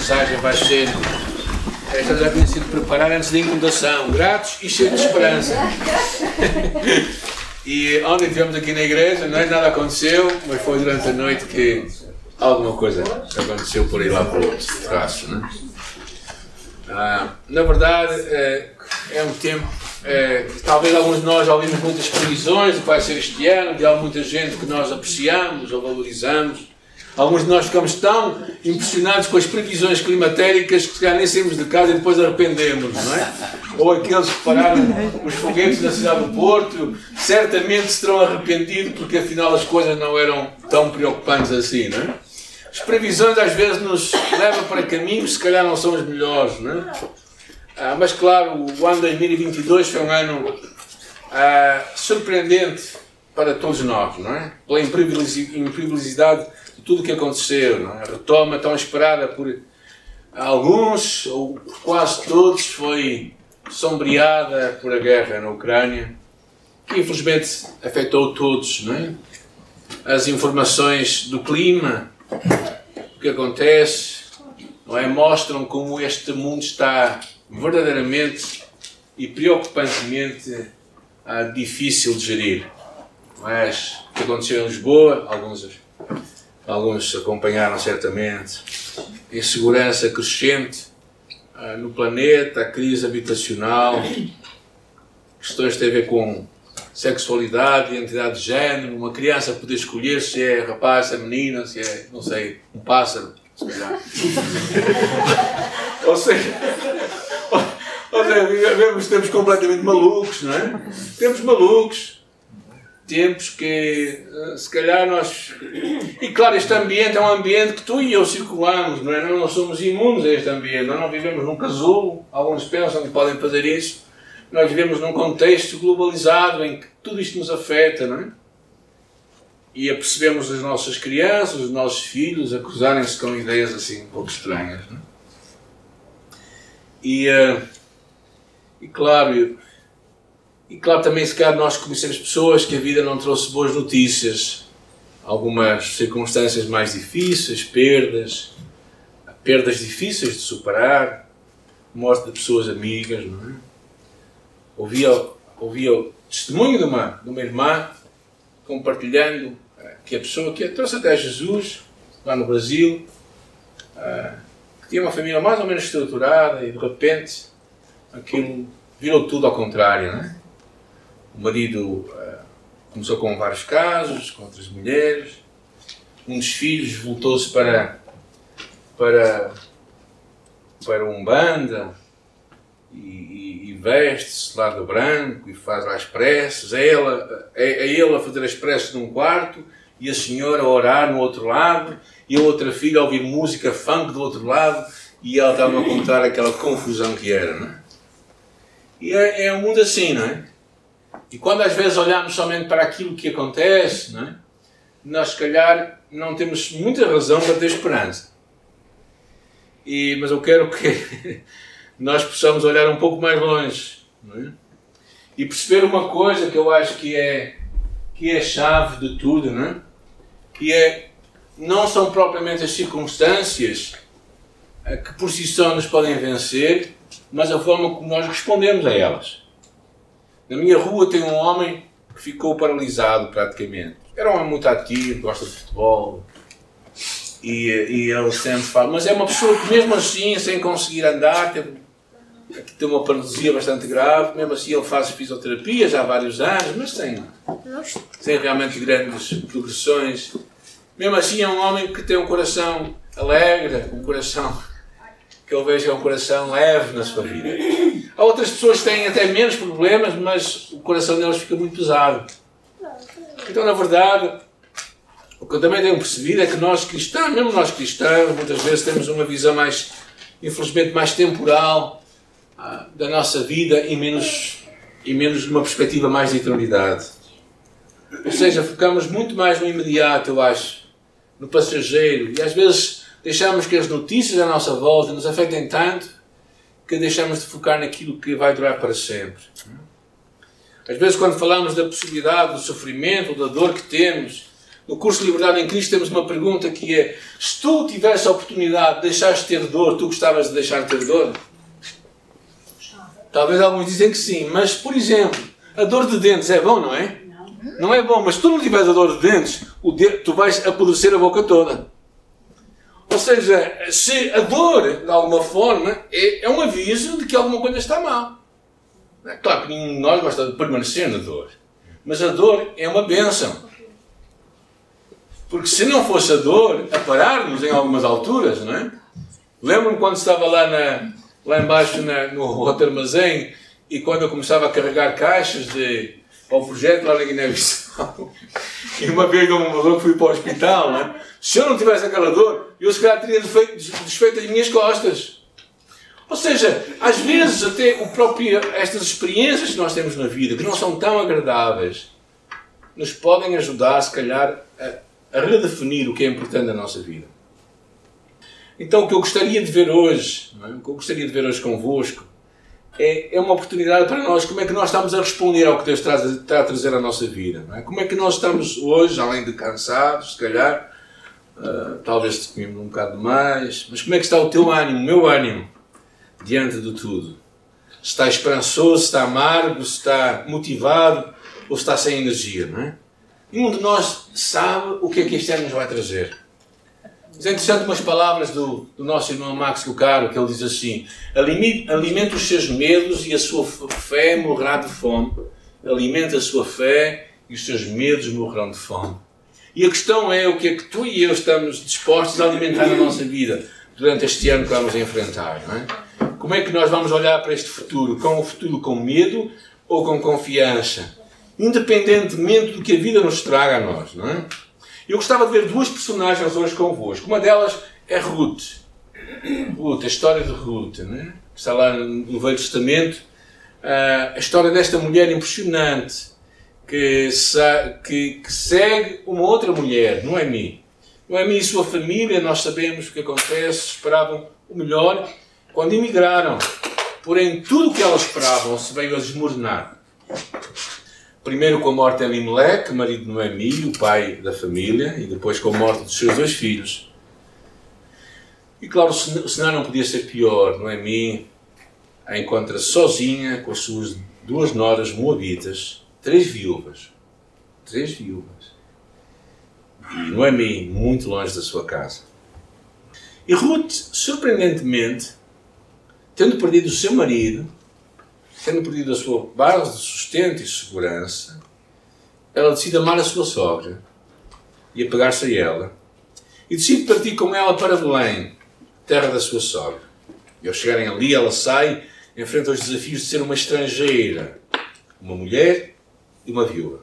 mensagem vai ser, esta já tinha sido preparada antes da inundação, gratos e cheios de esperança. E ontem estivemos aqui na igreja, não é? Nada aconteceu, mas foi durante a noite que alguma coisa aconteceu por aí lá para o outro terraço, não é? Na verdade, é um tempo, talvez alguns de nós já ouvimos muitas previsões do que vai ser este ano, de muita gente que nós apreciamos ou valorizamos. Alguns de nós ficamos tão impressionados com as previsões climatéricas que se calhar nem saímos de casa e depois arrependemos, não é? Ou aqueles que pararam os foguetes na cidade do Porto, certamente se terão arrependido porque afinal as coisas não eram tão preocupantes assim, não é? As previsões às vezes nos levam para caminhos que se calhar não são os melhores, não é? Mas claro, o ano 2022 foi um ano surpreendente para todos nós, não é? Pela imprevisibilidade de tudo o que aconteceu, não é? A retoma tão esperada por alguns, ou por quase todos, foi sombreada por a guerra na Ucrânia, que infelizmente afetou todos, não é? As informações do clima, o que acontece, não é? Mostram como este mundo está verdadeiramente e preocupantemente difícil de gerir. Mas o que aconteceu em Lisboa, alguns acompanharam certamente, insegurança crescente no planeta, a crise habitacional, questões que têm a ver com sexualidade, identidade de género, uma criança poder escolher se é rapaz, se é menina, se é, não sei, um pássaro, se calhar. Ou seja, vivemos tempos completamente malucos, não é? Tempos malucos. Tempos que, se calhar, nós... E, claro, este ambiente é um ambiente que tu e eu circulamos, não é? Nós não somos imunes a este ambiente. Nós não vivemos num casulo. Alguns pensam que podem fazer isso. Nós vivemos num contexto globalizado em que tudo isto nos afeta, não é? E apercebemos as nossas crianças, os nossos filhos, a cruzarem-se com ideias assim um pouco estranhas, não é? E claro, também se calhar nós conhecemos pessoas que a vida não trouxe boas notícias. Algumas circunstâncias mais difíceis, perdas difíceis de superar, morte de pessoas amigas, não é? Ouvia o testemunho de uma irmã compartilhando que a pessoa que a trouxe até Jesus, lá no Brasil, que tinha uma família mais ou menos estruturada e de repente aquilo virou tudo ao contrário, não é? O marido começou com vários casos, com outras mulheres. Um dos filhos voltou-se para Umbanda e veste-se lá de branco e faz lá as preces. É ele a fazer as preces num quarto e a senhora a orar no outro lado e a outra filha a ouvir música funk do outro lado e ela estava a contar aquela confusão que era, não é? E é um mundo assim, não é? E quando às vezes olhamos somente para aquilo que acontece, não é? Nós se calhar não temos muita razão para ter esperança. Mas eu quero que nós possamos olhar um pouco mais longe, não é? E perceber uma coisa que eu acho que é a chave de tudo, não é? Que não são propriamente as circunstâncias que por si só nos podem vencer, mas a forma como nós respondemos a elas. Na minha rua tem um homem que ficou paralisado praticamente. Era um homem muito ativo, gosta de futebol. E ele sempre fala, mas é uma pessoa que mesmo assim, sem conseguir andar, tem uma paralisia bastante grave, mesmo assim ele faz fisioterapia já há vários anos, mas sem realmente grandes progressões. Mesmo assim é um homem que tem um coração alegre, um coração que eu vejo é um coração leve na sua vida. Há outras pessoas que têm até menos problemas, mas o coração delas fica muito pesado. Então, na verdade, o que eu também tenho percebido é que nós cristãos, mesmo nós cristãos, muitas vezes temos uma visão mais, infelizmente, mais temporal da nossa vida e menos numa perspectiva mais de eternidade. Ou seja, focamos muito mais no imediato, eu acho, no passageiro, e às vezes deixamos que as notícias à nossa volta nos afetem tanto que deixamos de focar naquilo que vai durar para sempre. Às vezes, quando falamos da possibilidade do sofrimento, da dor que temos, No curso de Liberdade em Cristo temos uma pergunta que é: se tu tivesse a oportunidade de deixares de ter dor, tu gostavas de deixar de ter dor? Talvez alguns dizem que sim, mas, por exemplo, a dor de dentes é bom, não é? Não é bom, mas se tu não tiveres a dor de dentes, tu vais apodrecer a boca toda. Ou seja, se a dor, de alguma forma, é um aviso de que alguma coisa está mal. Claro que nenhum de nós gosta de permanecer na dor, mas a dor é uma bênção. Porque se não fosse a dor a parar-nos em algumas alturas, não é? Lembro-me quando estava lá embaixo no outro armazém e quando eu começava a carregar caixas ao projeto lá na Guiné-Bissau. E uma vez deu-me uma dor que fui para o hospital, não é? Se eu não tivesse aquela dor, eu se calhar teria desfeito as minhas costas. Ou seja, às vezes até estas experiências que nós temos na vida, que não são tão agradáveis, nos podem ajudar, se calhar, a redefinir o que é importante na nossa vida. Então, o que eu gostaria de ver hoje, não é? O que eu gostaria de ver hoje convosco, é uma oportunidade para nós, como é que nós estamos a responder ao que Deus está a trazer à nossa vida. Não é? Como é que nós estamos hoje, além de cansados, se calhar, talvez comemos um bocado mais, mas como é que está o teu ânimo, o meu ânimo, diante de tudo? Se está esperançoso, se está amargo, se está motivado, ou se está sem energia, não é? Nenhum de nós sabe o que é que este ano nos vai trazer. Mas é interessante umas palavras do nosso irmão Max Lucado, que ele diz assim: alimenta os seus medos e a sua fé morrerá de fome. Alimenta a sua fé e os seus medos morrerão de fome. E a questão é o que é que tu e eu estamos dispostos a alimentar na nossa vida durante este ano que vamos enfrentar, não é? Como é que nós vamos olhar para este futuro? Com o futuro com medo ou com confiança? Independentemente do que a vida nos traga a nós, não é? Eu gostava de ver duas personagens hoje convosco. Uma delas é Ruth. A história de Ruth, não é? Está lá no Velho Testamento. A história desta mulher impressionante que segue uma outra mulher, Noemi. Noemi e sua família, nós sabemos o que acontece, esperavam o melhor quando emigraram. Porém, tudo o que elas esperavam se veio a desmoronar. Primeiro com a morte de Elimelec, marido de Noemi, o pai da família, e depois com a morte dos seus 2 filhos. E claro, o cenário não podia ser pior. Noemi a encontra sozinha com as suas 2 noras moabitas, 3 viúvas. 3 viúvas. E Noemi muito longe da sua casa. E Ruth, surpreendentemente, tendo perdido o seu marido, tendo perdido a sua base de sustento e segurança, ela decide amar a sua sogra e apegar-se a ela. E decide partir com ela para Belém, terra da sua sogra. E ao chegarem ali, ela sai, enfrenta os desafios de ser uma estrangeira, uma mulher e uma viúva.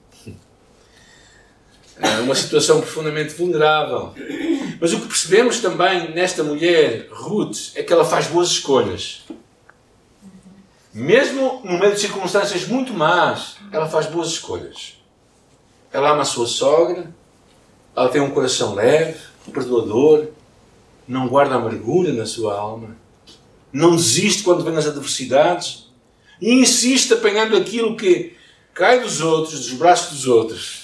É uma situação profundamente vulnerável. Mas o que percebemos também nesta mulher, Ruth, é que ela faz boas escolhas. Mesmo no meio de circunstâncias muito más, ela faz boas escolhas. Ela ama a sua sogra, ela tem um coração leve, perdoador, não guarda amargura na sua alma, não desiste quando vem as adversidades e insiste apanhando aquilo que cai dos outros, dos braços dos outros.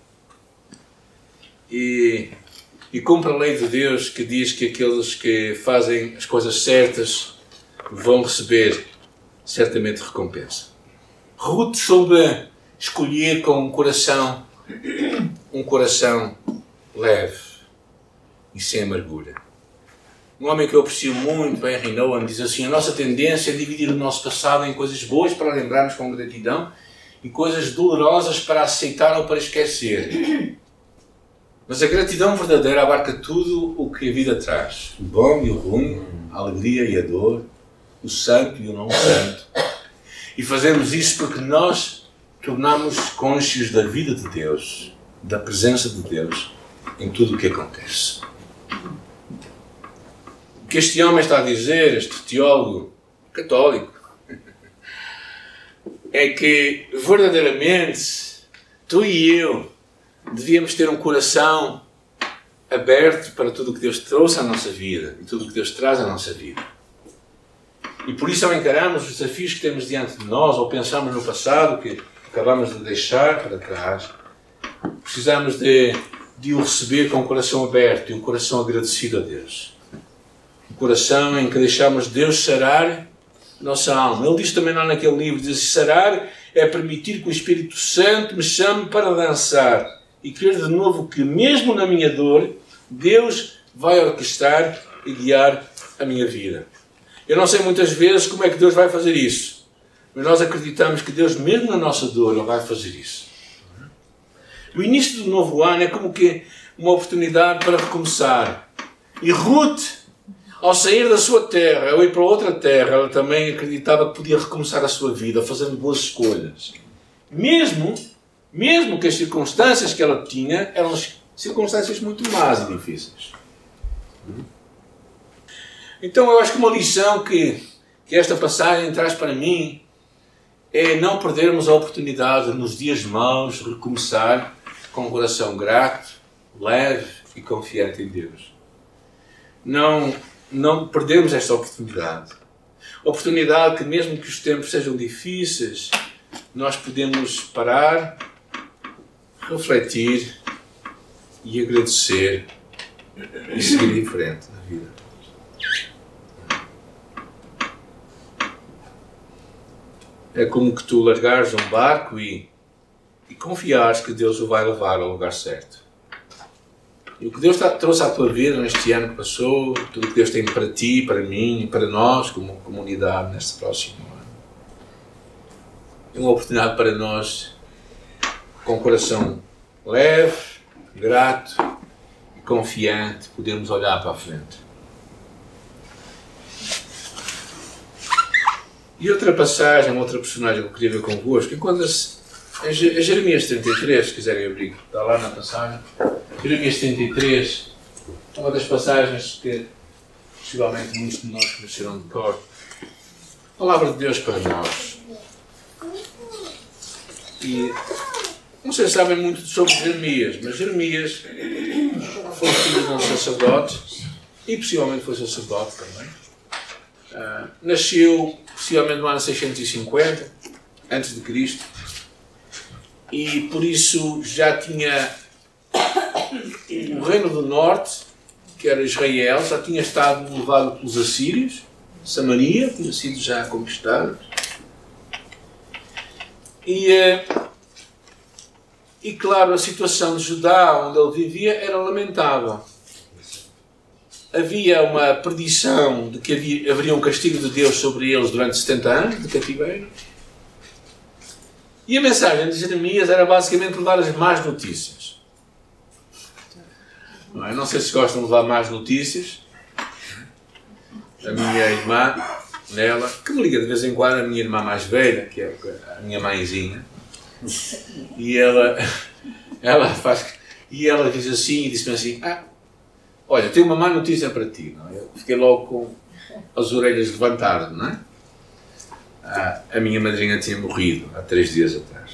E cumpre a lei de Deus que diz que aqueles que fazem as coisas certas vão receber certamente recompensa. Ruth soube escolher com um coração leve e sem amargura. Um homem que eu aprecio muito, Henry Nouwen, diz assim: a nossa tendência é dividir o nosso passado em coisas boas para lembrarmos com gratidão e coisas dolorosas para aceitar ou para esquecer. Mas a gratidão verdadeira abarca tudo o que a vida traz. O bom e o ruim, a alegria e a dor, o santo e o não santo. E fazemos isso porque nós tornamos cônscios da vida de Deus, da presença de Deus em tudo o que acontece. O que este homem está a dizer, este teólogo católico, é que verdadeiramente tu e eu devíamos ter um coração aberto para tudo o que Deus trouxe à nossa vida e tudo o que Deus traz à nossa vida. E por isso, ao encararmos os desafios que temos diante de nós, ou pensamos no passado que acabamos de deixar para trás, Precisamos de o receber com o coração aberto e um coração agradecido a Deus. Um coração em que deixamos Deus sarar nossa alma. Ele diz também lá naquele livro, diz: sarar é permitir que o Espírito Santo me chame para dançar e crer de novo que mesmo na minha dor, Deus vai orquestrar e guiar a minha vida. Eu não sei muitas vezes como é que Deus vai fazer isso, mas nós acreditamos que Deus, mesmo na nossa dor, Ele vai fazer isso. O início do novo ano é como que uma oportunidade para recomeçar. E Ruth, ao sair da sua terra, ao ir para outra terra, ela também acreditava que podia recomeçar a sua vida, fazendo boas escolhas. Mesmo que as circunstâncias que ela tinha eram circunstâncias muito más e difíceis. Então eu acho que uma lição que esta passagem traz para mim é não perdermos a oportunidade de, nos dias maus, recomeçar com um coração grato, leve e confiante em Deus. Não perdemos esta oportunidade. Oportunidade que, mesmo que os tempos sejam difíceis, nós podemos parar, refletir e agradecer e seguir em frente na vida. É como que tu largares um barco e confiares que Deus o vai levar ao lugar certo. E o que Deus trouxe à tua vida neste ano que passou, tudo o que Deus tem para ti, para mim e para nós como comunidade neste próximo ano, é uma oportunidade para nós, com o coração leve, grato e confiante, podermos olhar para a frente. E outra passagem, outra personagem que eu queria ver convosco, encontra-se em Jeremias 33, se quiserem abrir, está lá na passagem. Jeremias 33, uma das passagens que possivelmente muitos de nós conheceram de cor. A palavra de Deus para nós. E não sei se sabem muito sobre Jeremias, mas Jeremias foi filho de um sacerdote e possivelmente foi sacerdote também. Nasceu possivelmente no ano 650 a.C. e por isso já tinha o reino do norte, que era Israel, já tinha estado levado pelos assírios. Samaria tinha sido já conquistada. E claro, a situação de Judá, onde ele vivia, era lamentável. Havia uma predição de que haveria um castigo de Deus sobre eles durante 70 anos de cativeiro. E a mensagem de Jeremias era basicamente levar as más notícias. Não sei se gostam de levar más notícias. A minha irmã, Nela, que me liga de vez em quando, a minha irmã mais velha, que é a minha mãezinha, e ela diz assim, e disse-me assim: olha, tenho uma má notícia para ti. Não é? Eu fiquei logo com as orelhas levantadas, não é? A minha madrinha tinha morrido há 3 dias atrás.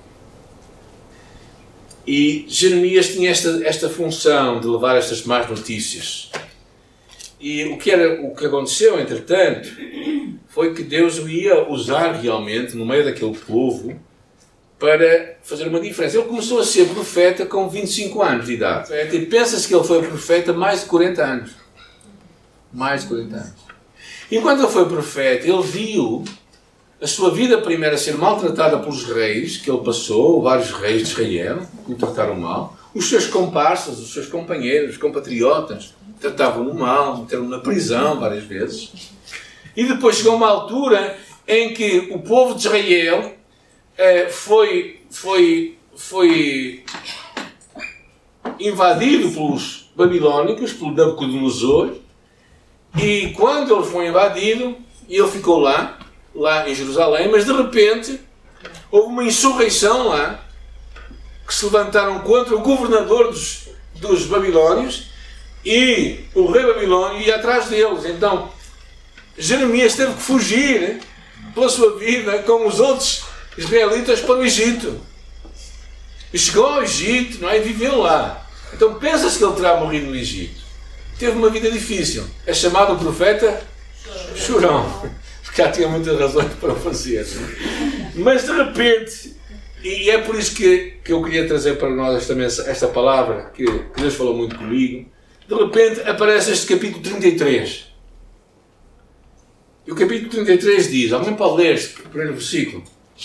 E Jeremias tinha esta função de levar estas más notícias. E o que aconteceu, entretanto, foi que Deus o ia usar realmente no meio daquele povo para fazer uma diferença. Ele começou a ser profeta com 25 anos de idade. E pensa-se que ele foi profeta mais de 40 anos. Mais de 40 anos. Enquanto ele foi profeta, ele viu a sua vida primeiro a ser maltratada pelos reis, que ele passou, vários reis de Israel, que o trataram mal. Os seus comparsas, os seus companheiros, os compatriotas, tratavam-no mal, meteram-no na prisão várias vezes. E depois chegou uma altura em que o povo de Israel foi invadido pelos babilónicos, pelo Nabucodonosor, e quando ele foi invadido, ele ficou lá em Jerusalém, mas de repente houve uma insurreição lá, que se levantaram contra o governador dos babilónios, e o rei babilônio ia atrás deles. Então Jeremias teve que fugir pela sua vida com os outros israelitas para o Egito. E chegou ao Egito, não é? E viveu lá. Então pensa-se que ele terá morrido no Egito. Teve uma vida difícil. É chamado o profeta chorão. Porque já tinha muitas razões para o fazer. Mas de repente E é por isso que eu queria trazer para nós também esta palavra, que Deus falou muito comigo. De repente aparece este capítulo 33. E o capítulo 33 diz, alguém pode ler este primeiro versículo?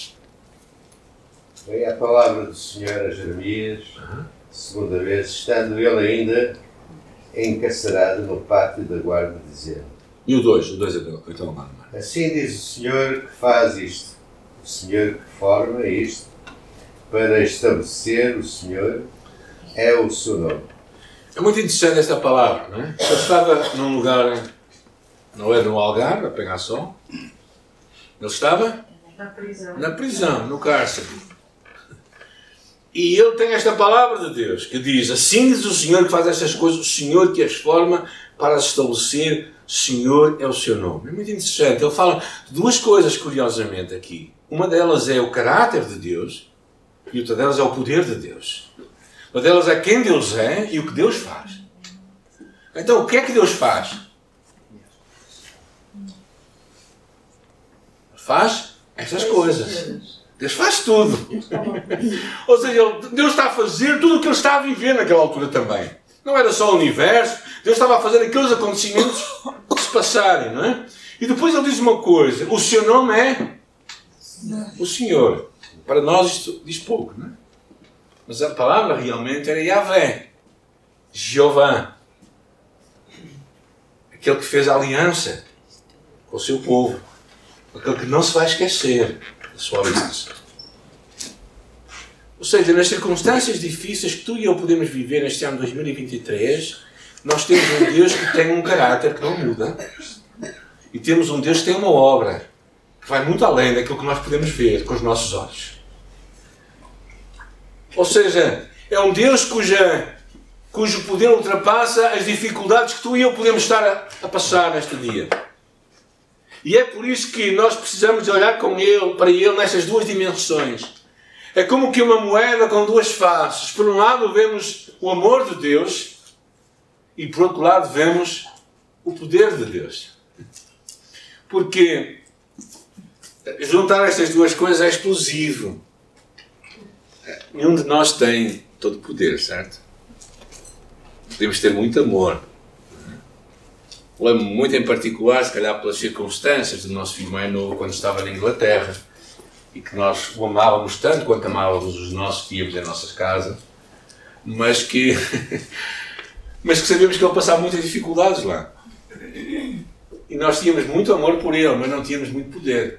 Vem a palavra do Senhor a Jeremias, segunda vez, estando ele ainda encarcerado no pátio da guarda, dizendo... E o 2 então mano. Assim diz o Senhor que faz isto, o Senhor que forma isto, para estabelecer o Senhor, é o seu nome. É muito interessante esta palavra, não é? Eu estava num lugar, não é no Algarve, a pegar sol. Ele estava? Na prisão, no cárcere. E ele tem esta palavra de Deus, que diz, assim diz o Senhor que faz estas coisas, o Senhor que as forma para as estabelecer, o Senhor é o seu nome. É muito interessante. Ele fala de duas coisas, curiosamente, aqui. Uma delas é o caráter de Deus, e outra delas é o poder de Deus. Uma delas é quem Deus é e o que Deus faz. Então, o que é que Deus faz? Faz estas coisas. Deus faz tudo. Ou seja, Deus está a fazer tudo o que Ele está a viver naquela altura também. Não era só o universo. Deus estava a fazer aqueles acontecimentos se passarem, não é? E depois Ele diz uma coisa. O seu nome é o Senhor. Para nós isto diz pouco, não é? Mas a palavra realmente era Yahvé. Jeová. Aquele que fez a aliança com o seu povo. Aquele que não se vai esquecer da sua aliança. Ou seja, nas circunstâncias difíceis que tu e eu podemos viver neste ano 2023, nós temos um Deus que tem um caráter que não muda. E temos um Deus que tem uma obra que vai muito além daquilo que nós podemos ver com os nossos olhos. Ou seja, é um Deus cujo poder ultrapassa as dificuldades que tu e eu podemos estar a passar neste dia. E é por isso que nós precisamos de olhar para Ele nestas duas dimensões. É como que uma moeda com duas faces. Por um lado vemos o amor de Deus e por outro lado vemos o poder de Deus. Porque juntar estas duas coisas é explosivo. Nenhum de nós tem todo o poder, certo? Podemos ter muito amor. Lembro-me muito em particular, se calhar pelas circunstâncias do nosso filho mais novo quando estava na Inglaterra e que nós o amávamos tanto quanto amávamos os nossos que íamos em nossas casas, mas que sabíamos que ele passava muitas dificuldades lá. E nós tínhamos muito amor por ele, mas não tínhamos muito poder.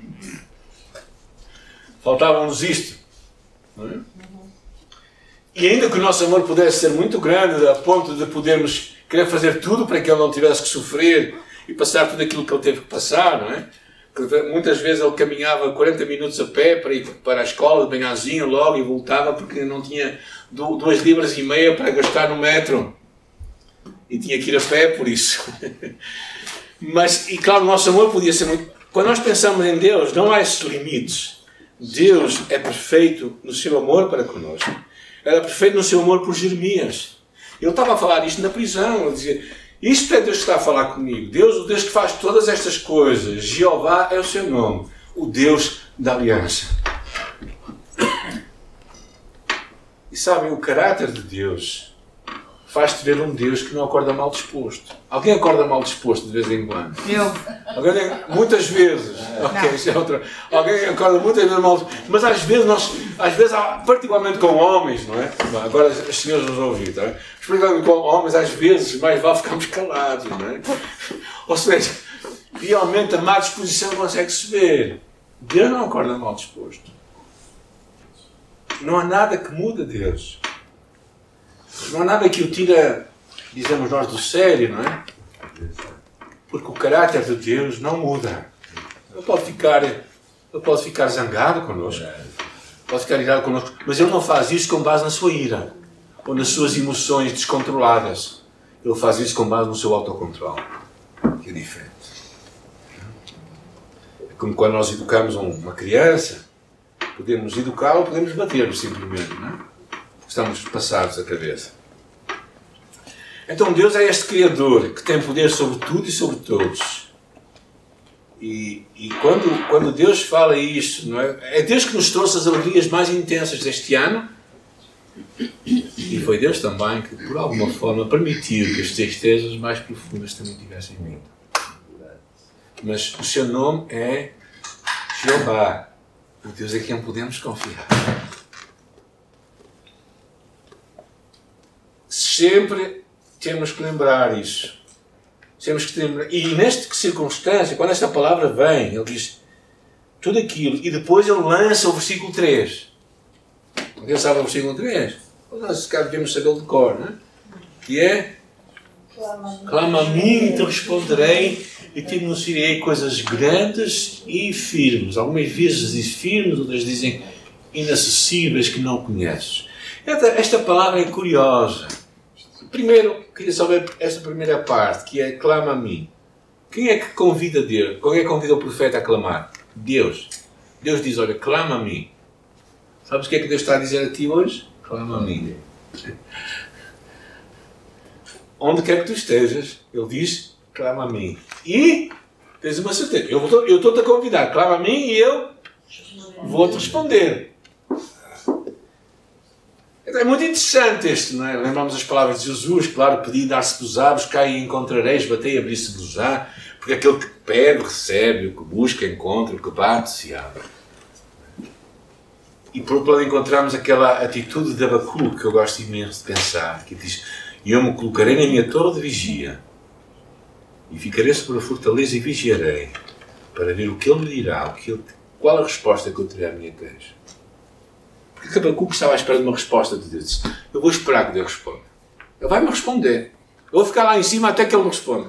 Faltava-nos isto. Não é? E ainda que o nosso amor pudesse ser muito grande, a ponto de podermos querer fazer tudo para que ele não tivesse que sofrer e passar tudo aquilo que ele teve que passar, não é? Muitas vezes ele caminhava 40 minutos a pé para ir para a escola de manhãzinho logo e voltava porque não tinha 2,5 libras para gastar no metro. E tinha que ir a pé por isso. Mas, e claro, o nosso amor podia ser muito... Quando nós pensamos em Deus, não há esses limites. Deus é perfeito no seu amor para connosco. Era perfeito no seu amor por Jeremias. Ele estava a falar isto na prisão. Ele dizia, isto é Deus que está a falar comigo. Deus, o Deus que faz todas estas coisas. Jeová é o seu nome. O Deus da aliança. E sabem, o caráter de Deus faz-te ver um Deus que não acorda mal disposto. Alguém acorda mal disposto de vez em quando? Muitas vezes. Ok, isso é outra. Alguém acorda muitas vezes mal disposto. Mas às vezes, particularmente com homens, não é? Agora as senhoras nos ouvem, tá? Particularmente com homens, às vezes, mais vale ficarmos calados, não é? Ou seja, realmente a má disposição consegue-se ver. Deus não acorda mal disposto. Não há nada que muda Deus. Não há nada que o tira, dizemos nós, do sério, não é? Porque o caráter de Deus não muda. Ele pode ficar zangado connosco, pode ficar irado connosco, mas Ele não faz isso com base na sua ira ou nas suas emoções descontroladas. Ele faz isso com base no seu autocontrole, que é diferente. É como quando nós educamos uma criança, podemos educá-la ou podemos bater-lo simplesmente, não é? Estamos passados a cabeça. Então Deus é este Criador que tem poder sobre tudo e sobre todos. E quando Deus fala isso, não é? É Deus que nos trouxe as alegrias mais intensas deste ano. E foi Deus também que, por alguma forma, permitiu que as tristezas mais profundas também tivessem vindo. Mas o seu nome é Jeová, o Deus a quem podemos confiar. Sempre temos que lembrar isso. Temos que lembrar. E nesta circunstância, quando esta palavra vem, ele diz tudo aquilo, e depois ele lança o versículo 3. Alguém sabe o versículo 3? Nós devemos saber de cor, não é? Que é: clama a mim e te responderei e te anunciarei coisas grandes e firmes. Algumas vezes diz firmes, outras dizem inacessíveis, que não conheces. Esta palavra é curiosa. Primeiro, queria saber esta primeira parte, que é clama a mim. Quem é que convida Deus? Quem é que convida o profeta a clamar? Deus. Deus diz, olha, clama a mim. Sabes o que é que Deus está a dizer a ti hoje? Clama a mim. Onde quer que tu estejas, Ele diz, clama a mim. E tens uma certeza. Eu estou-te a convidar, clama a mim e eu vou-te responder. É muito interessante este, não é? Lembramos as palavras de Jesus, claro, pedi, dar-se-vos-á, buscai e encontrareis, batei, abrir-se-vos-á, porque aquele que pede, recebe, o que busca, encontra, o que bate, se abre. E por outro lado encontramos aquela atitude de Abacuque, que eu gosto imenso de pensar, que diz, e eu me colocarei na minha torre de vigia, e ficarei sobre a fortaleza e vigiarei, para ver o que ele me dirá, qual a resposta que eu terei à minha queixa. Porque Abacuque estava à espera de uma resposta de Deus. Eu vou esperar que Deus responda. Ele vai-me responder. Eu vou ficar lá em cima até que Ele me responda.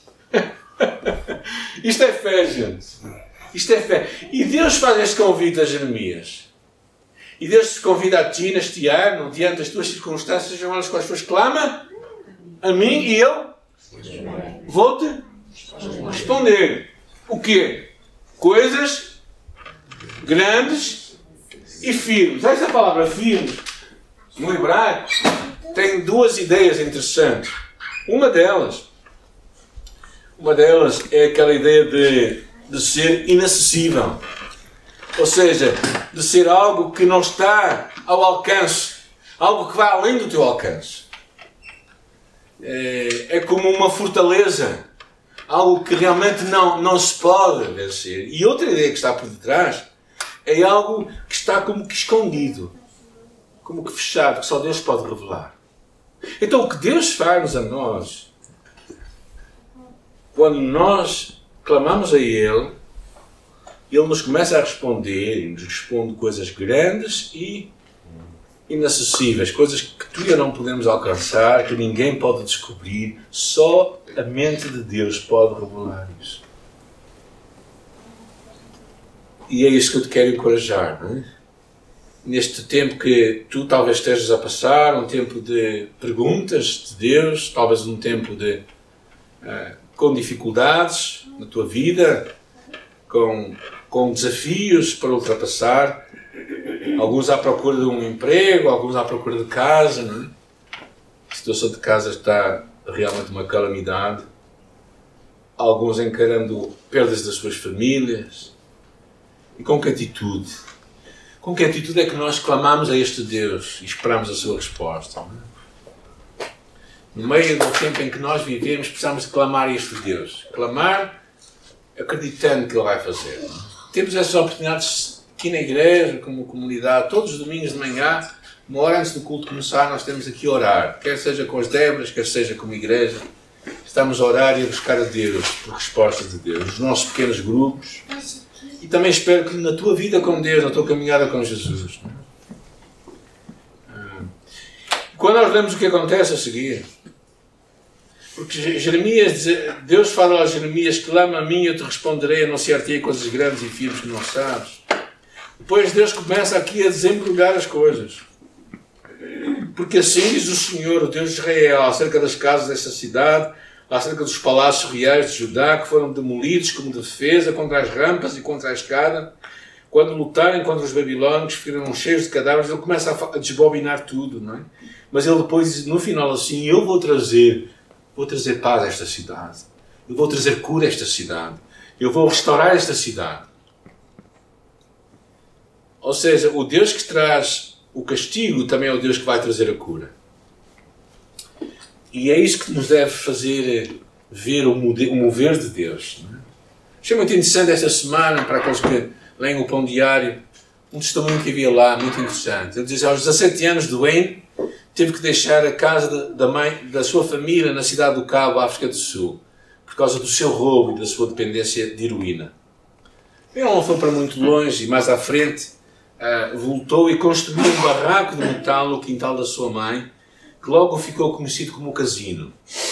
Isto é fé, gente. Isto é fé. E Deus faz este convite a Jeremias. E Deus te convida a ti neste ano, diante das tuas circunstâncias, sejam elas quais forem, clama a mim e eu vou-te responder. O quê? Coisas grandes e firmes. Esta palavra firmes, no hebraico, tem duas ideias interessantes. Uma delas é aquela ideia de ser inacessível. Ou seja, de ser algo que não está ao alcance. Algo que vai além do teu alcance. É como uma fortaleza. Algo que realmente não se pode vencer. E outra ideia que está por detrás é algo que está como que escondido. Como que fechado, que só Deus pode revelar. Então o que Deus faz a nós, quando nós clamamos a Ele, Ele nos começa a responder e nos responde coisas grandes e inacessíveis, coisas que tu e eu não podemos alcançar, que ninguém pode descobrir, só a mente de Deus pode revelar isso. E é isso que eu te quero encorajar, não é? Neste tempo que tu talvez estejas a passar, um tempo de perguntas de Deus, talvez um tempo com dificuldades na tua vida, com desafios para ultrapassar, alguns à procura de um emprego, alguns à procura de casa, não é? A situação de casa está realmente uma calamidade, alguns encarando perdas das suas famílias. E com que atitude? Com que atitude é que nós clamamos a este Deus e esperamos a sua resposta? Não é? No meio do tempo em que nós vivemos, precisamos de clamar a este Deus. Clamar acreditando que Ele vai fazer. Temos essas oportunidades aqui na igreja, como comunidade, todos os domingos de manhã, uma hora antes do culto começar, nós temos aqui a orar. Quer seja com as Débras, quer seja como igreja. Estamos a orar e a buscar a Deus por resposta de Deus. Os nossos pequenos grupos. E também espero que na tua vida com Deus, na tua caminhada com Jesus. Quando nós lemos o que acontece a seguir, porque Jeremias, Deus fala a Jeremias, clama a mim, eu te responderei, anunciar-te coisas grandes e firmes que não sabes. Depois Deus começa aqui a desembrulhar as coisas. Porque assim diz o Senhor, o Deus de Israel, acerca das casas desta cidade, acerca dos palácios reais de Judá, que foram demolidos como defesa contra as rampas e contra a escada. Quando lutarem contra os babilónios, ficaram cheios de cadáveres, ele começa a desbobinar tudo, não é? Mas ele depois diz, no final assim, eu vou trazer paz a esta cidade. Eu vou trazer cura a esta cidade. Eu vou restaurar esta cidade. Ou seja, o Deus que traz o castigo também é o Deus que vai trazer a cura. E é isso que nos deve fazer ver o mover de Deus. Achei muito interessante esta semana, para aqueles que leem o Pão Diário, um testemunho que havia lá, muito interessante. Ele diz, aos 17 anos, Dwayne teve que deixar a casa da sua família na cidade do Cabo, África do Sul, por causa do seu roubo e da sua dependência de heroína. Ele não foi para muito longe e mais à frente voltou e construiu um barraco de metal no quintal da sua mãe, que logo ficou conhecido como o casino.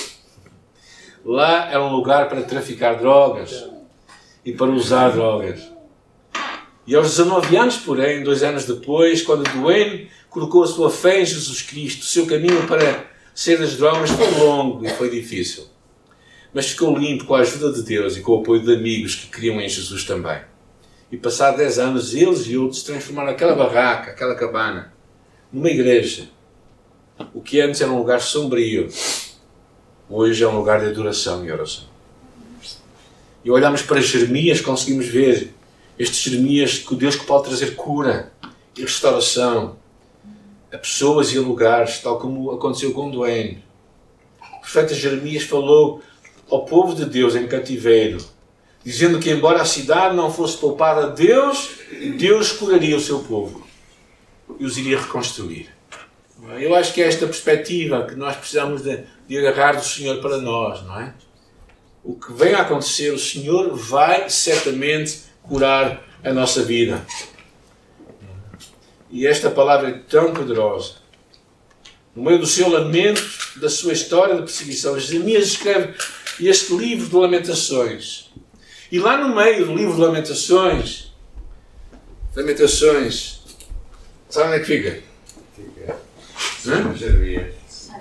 Lá era um lugar para traficar drogas e para usar drogas. E aos 19 anos, porém, 2 anos depois, quando Dwayne colocou a sua fé em Jesus Cristo, o seu caminho para sair das drogas foi longo e foi difícil. Mas ficou limpo com a ajuda de Deus e com o apoio de amigos que criam em Jesus também. E passados 10 anos, eles e outros transformaram aquela barraca, aquela cabana, numa igreja. O que antes era um lugar sombrio, hoje é um lugar de adoração e oração. E olhamos para Jeremias, conseguimos ver este Jeremias, que o Deus que pode trazer cura e restauração a pessoas e a lugares, tal como aconteceu com Dwayne. O profeta Jeremias falou ao povo de Deus em cativeiro, dizendo que embora a cidade não fosse poupada a Deus, Deus curaria o seu povo e os iria reconstruir. Eu acho que é esta perspectiva que nós precisamos de agarrar do Senhor para nós, não é? O que vem a acontecer, o Senhor vai certamente curar a nossa vida. E esta palavra é tão poderosa. No meio do seu lamento, da sua história de perseguição, Jeremias escreve este livro de Lamentações. E lá no meio do livro de Lamentações, sabe onde é que fica? Jeremias.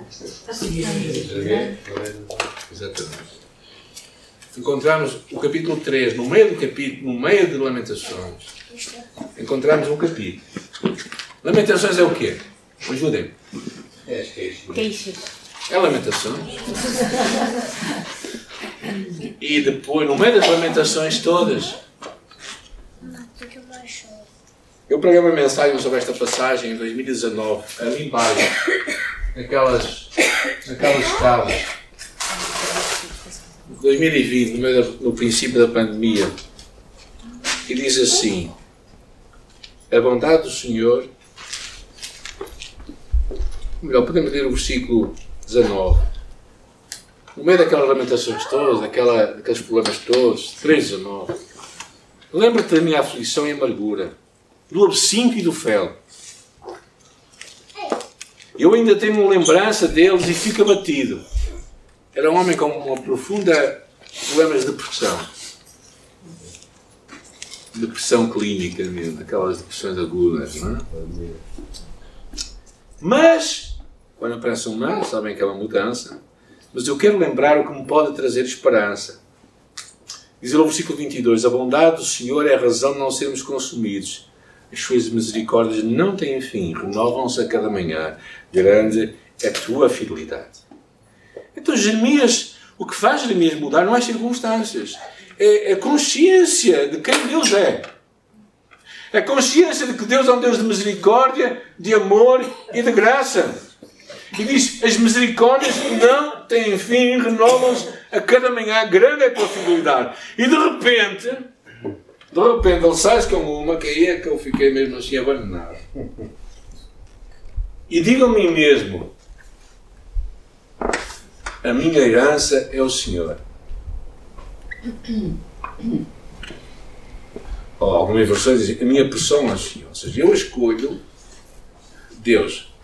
Exatamente. Encontramos o capítulo 3, no meio de Lamentações, encontramos um capítulo. Lamentações é o quê? Ajudem-me. É as queixas. É Lamentações. E depois, no meio das Lamentações todas, eu preguei uma mensagem sobre esta passagem em 2019, ali embaixo, naquelas escadas. 2020, no princípio da pandemia, e diz assim: a bondade do Senhor, melhor, podemos ler o versículo 19, no meio daquelas lamentações todas, daqueles problemas todos, 3:19, lembra-te da minha aflição e amargura, do absinto e do fel. Eu ainda tenho uma lembrança deles e fico abatido. Era um homem com uma profunda problemas de depressão. Depressão clínica mesmo, aquelas depressões agudas, não é? Mas, quando pensam mais, sabem que é uma mudança, mas eu quero lembrar o que me pode trazer esperança. Diz no versículo 22, a bondade do Senhor é a razão de não sermos consumidos. As suas misericórdias não têm fim, renovam-se a cada manhã. Grande é a tua fidelidade. Então Jeremias, o que faz Jeremias mudar não é as circunstâncias. É a consciência de quem Deus é. É a consciência de que Deus é um Deus de misericórdia, de amor e de graça. E diz, as misericórdias não têm fim, renovam-se a cada manhã. Grande é a tua fidelidade. E de repente ele sai com uma que aí é que eu fiquei mesmo assim abandonado. E digo a mim mesmo, a minha herança é o Senhor. Algumas versões dizem, a minha pessoa é o Senhor. Ou seja, eu escolho Deus.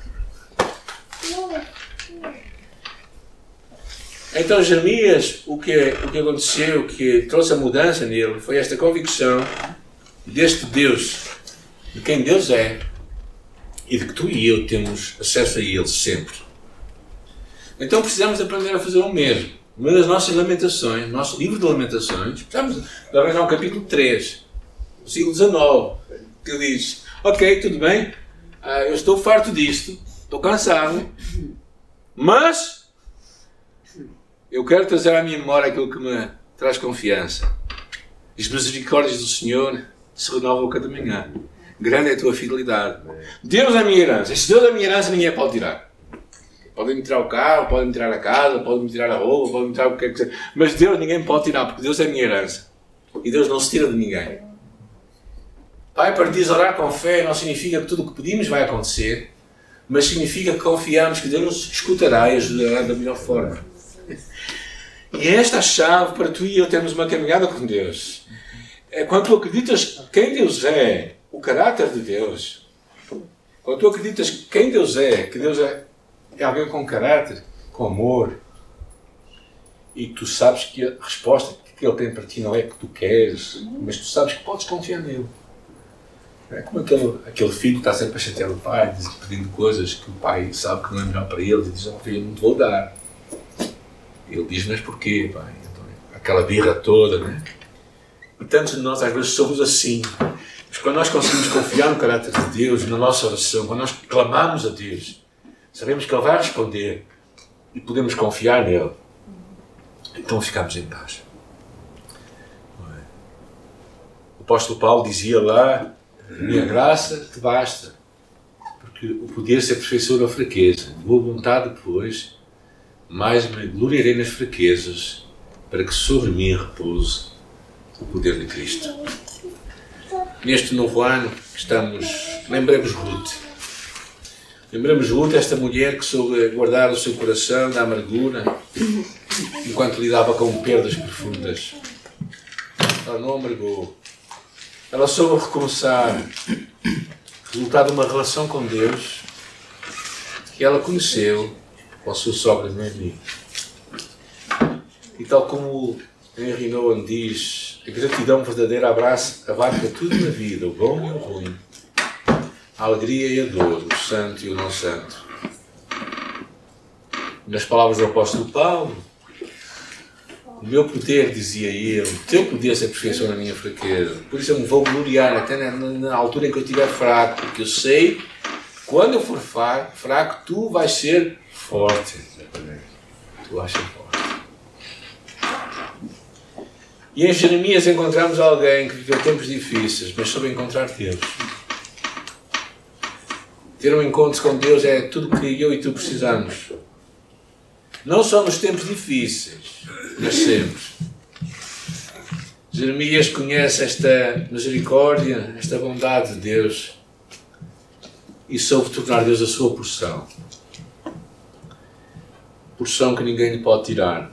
Então Jeremias, o que aconteceu, o que trouxe a mudança nele, foi esta convicção deste Deus, de quem Deus é, e de que tu e eu temos acesso a Ele sempre. Então precisamos aprender a fazer o mesmo. Uma das nossas lamentações, nosso livro de lamentações, precisamos de arranjar um capítulo 3, versículo 19, que diz, ok, tudo bem, eu estou farto disto, estou cansado, mas eu quero trazer à minha memória aquilo que me traz confiança. As misericórdias do Senhor se renovam cada manhã. Grande é a tua fidelidade. Deus é a minha herança. Se Deus é a minha herança, ninguém pode tirar. Podem-me tirar o carro, podem-me tirar a casa, podem-me tirar a roupa, podem-me tirar o que é que seja. Mas Deus ninguém pode tirar, porque Deus é a minha herança. E Deus não se tira de ninguém. Pai, para diz orar com fé não significa que tudo o que pedimos vai acontecer, mas significa que confiamos que Deus nos escutará e ajudará da melhor forma. E é esta a chave para tu e eu termos uma caminhada com Deus. É quando tu acreditas quem Deus é, o caráter de Deus. Quando tu acreditas quem Deus é, que Deus é alguém com caráter, com amor, e que tu sabes que a resposta que Ele tem para ti não é que tu queres, mas tu sabes que podes confiar nele. É como aquele filho que está sempre a chatear o pai, pedindo coisas que o pai sabe que não é melhor para ele, e diz: "Oh, filho, não te vou dar." Ele diz: "Mas porquê, pai?" Então, aquela birra toda, né? E tantos de nós às vezes somos assim. Mas quando nós conseguimos confiar no caráter de Deus, na nossa oração, quando nós clamamos a Deus, sabemos que Ele vai responder e podemos confiar nele, então ficamos em paz. O apóstolo Paulo dizia lá: "Minha graça te basta, porque o poder se aperfeiçoa na fraqueza. De boa vontade, depois, mais me gloriarei nas fraquezas, para que sobre mim repouse o poder de Cristo." Neste novo ano, lembremos Ruth. Lembramos Ruth, esta mulher que soube guardar o seu coração da amargura, enquanto lidava com perdas profundas. Ela não amargou. Ela soube recomeçar, resultado de uma relação com Deus que ela conheceu com a sua sogra Noemi. E tal como Henry Nouwen diz, a gratidão verdadeira abarca tudo na vida, o bom e o ruim, a alegria e a dor, o santo e o não santo. Nas palavras do apóstolo Paulo: "O meu poder", dizia ele, "o teu poder se aperfeiçoa na minha fraqueza. Por isso eu me vou gloriar até na altura em que eu estiver fraco, porque eu sei, quando eu for fraco, tu vais ser forte." Tu vais ser forte. E em Jeremias encontramos alguém que viveu tempos difíceis, mas soube encontrar Deus. Ter um encontro com Deus é tudo o que eu e tu precisamos. Não só nos tempos difíceis, mas sempre. Jeremias conhece esta misericórdia, esta bondade de Deus, e soube tornar Deus a sua porção. Porção que ninguém lhe pode tirar.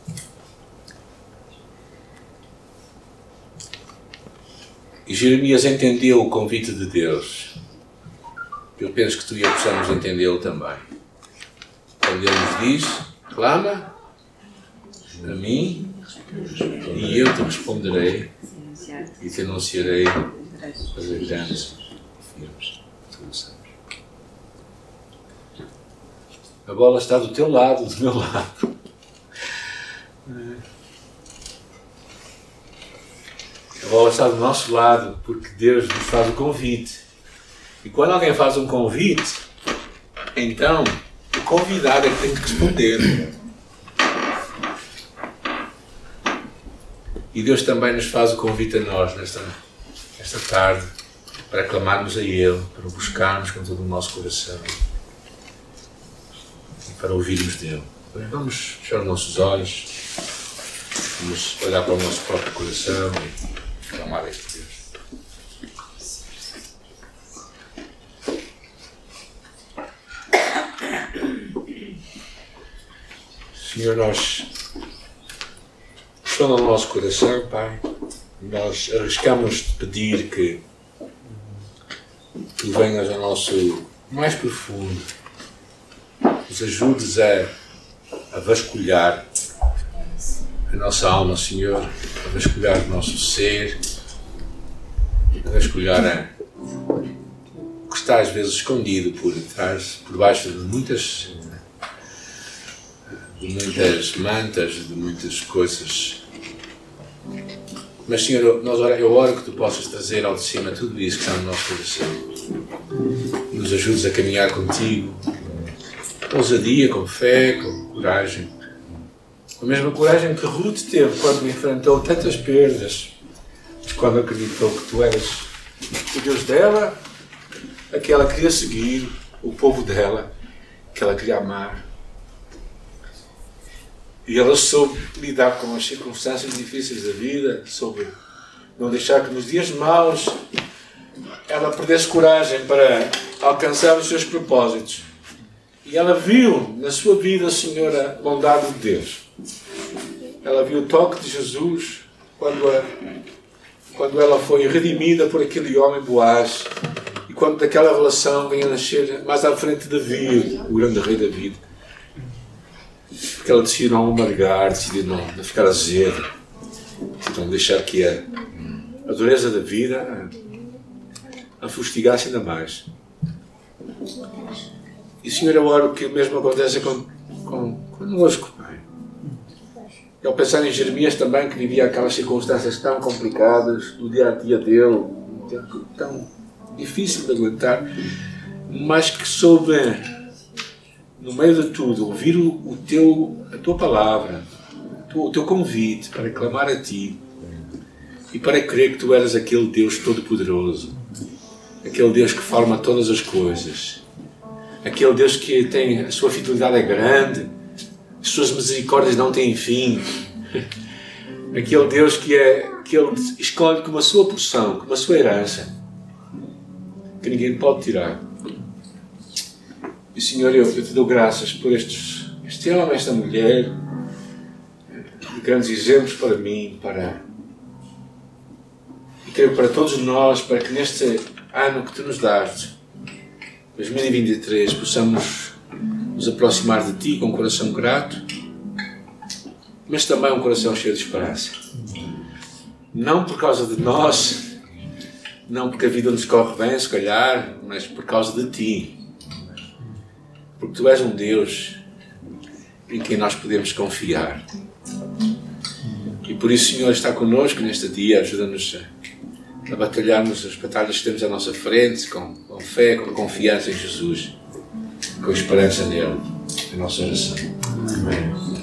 E Jeremias entendeu o convite de Deus. Eu penso que tu e eu possamos entendê-lo também. Quando Ele nos diz: "Clama a mim e eu te responderei e te anunciarei coisas grandes e firmes." Tu não sabes. A bola está do teu lado, do meu lado. A bola está do nosso lado, porque Deus nos faz o convite. E quando alguém faz um convite, então o convidado é que tem que responder. E Deus também nos faz o convite a nós nesta tarde, para clamarmos a Ele, para o buscarmos com todo o nosso coração e para ouvirmos dEle. Vamos fechar os nossos olhos, vamos olhar para o nosso próprio coração e clamar a este Deus. Senhor, nós sonda o nosso coração, Pai. Nós arriscamos de pedir que Tu venhas ao nosso mais profundo, nos ajudes a vasculhar a nossa alma, Senhor, a vasculhar o nosso ser, a vasculhar o que está às vezes escondido por baixo de muitas mantas, de muitas coisas. Mas, Senhor, eu oro que Tu possas trazer ao de cima tudo isso que está no nosso coração. Nos ajudes a caminhar contigo, com ousadia, com fé, com coragem. Com a mesma coragem que Ruth teve quando enfrentou tantas perdas, quando acreditou que tu eras o Deus dela, a que ela queria seguir, o povo dela, que ela queria amar. E ela soube lidar com as circunstâncias difíceis da vida, soube não deixar que nos dias maus ela perdesse coragem para alcançar os seus propósitos. E ela viu na sua vida, Senhora, a bondade de Deus. Ela viu o toque de Jesus quando ela foi redimida por aquele homem Boaz, e quando daquela relação vinha nascer mais à frente Davi, o grande rei Davi. Porque ela decidiu não amargar, decidiu não ficar azedo, decidiu não deixar que a dureza da vida a fustigasse ainda mais. E, Senhor, eu oro que o mesmo aconteça conosco, Pai. E ao pensar em Jeremias também, que vivia aquelas circunstâncias tão complicadas do dia-a-dia dele, um tempo tão difícil de aguentar, mas que soube, no meio de tudo, ouvir a tua palavra, o teu convite para clamar a Ti e para crer que Tu eras aquele Deus todo-poderoso, aquele Deus que forma todas as coisas, aquele Deus que tem a sua fidelidade é grande, as suas misericórdias não têm fim, aquele Deus que Ele escolhe como a sua porção, como a sua herança, que ninguém pode tirar. E, Senhor, eu te dou graças por este homem, esta mulher, de grandes exemplos para mim, e creio para todos nós, para que neste ano que Tu nos dás, 2023, possamos nos aproximar de Ti com um coração grato, mas também um coração cheio de esperança. Não por causa de nós, não porque a vida nos corre bem, se calhar, mas por causa de Ti. Porque Tu és um Deus em quem nós podemos confiar. E por isso, Senhor, está connosco neste dia, ajuda-nos a batalharmos as batalhas que temos à nossa frente, com fé, com confiança em Jesus, com esperança nele, em nossa oração. Amém.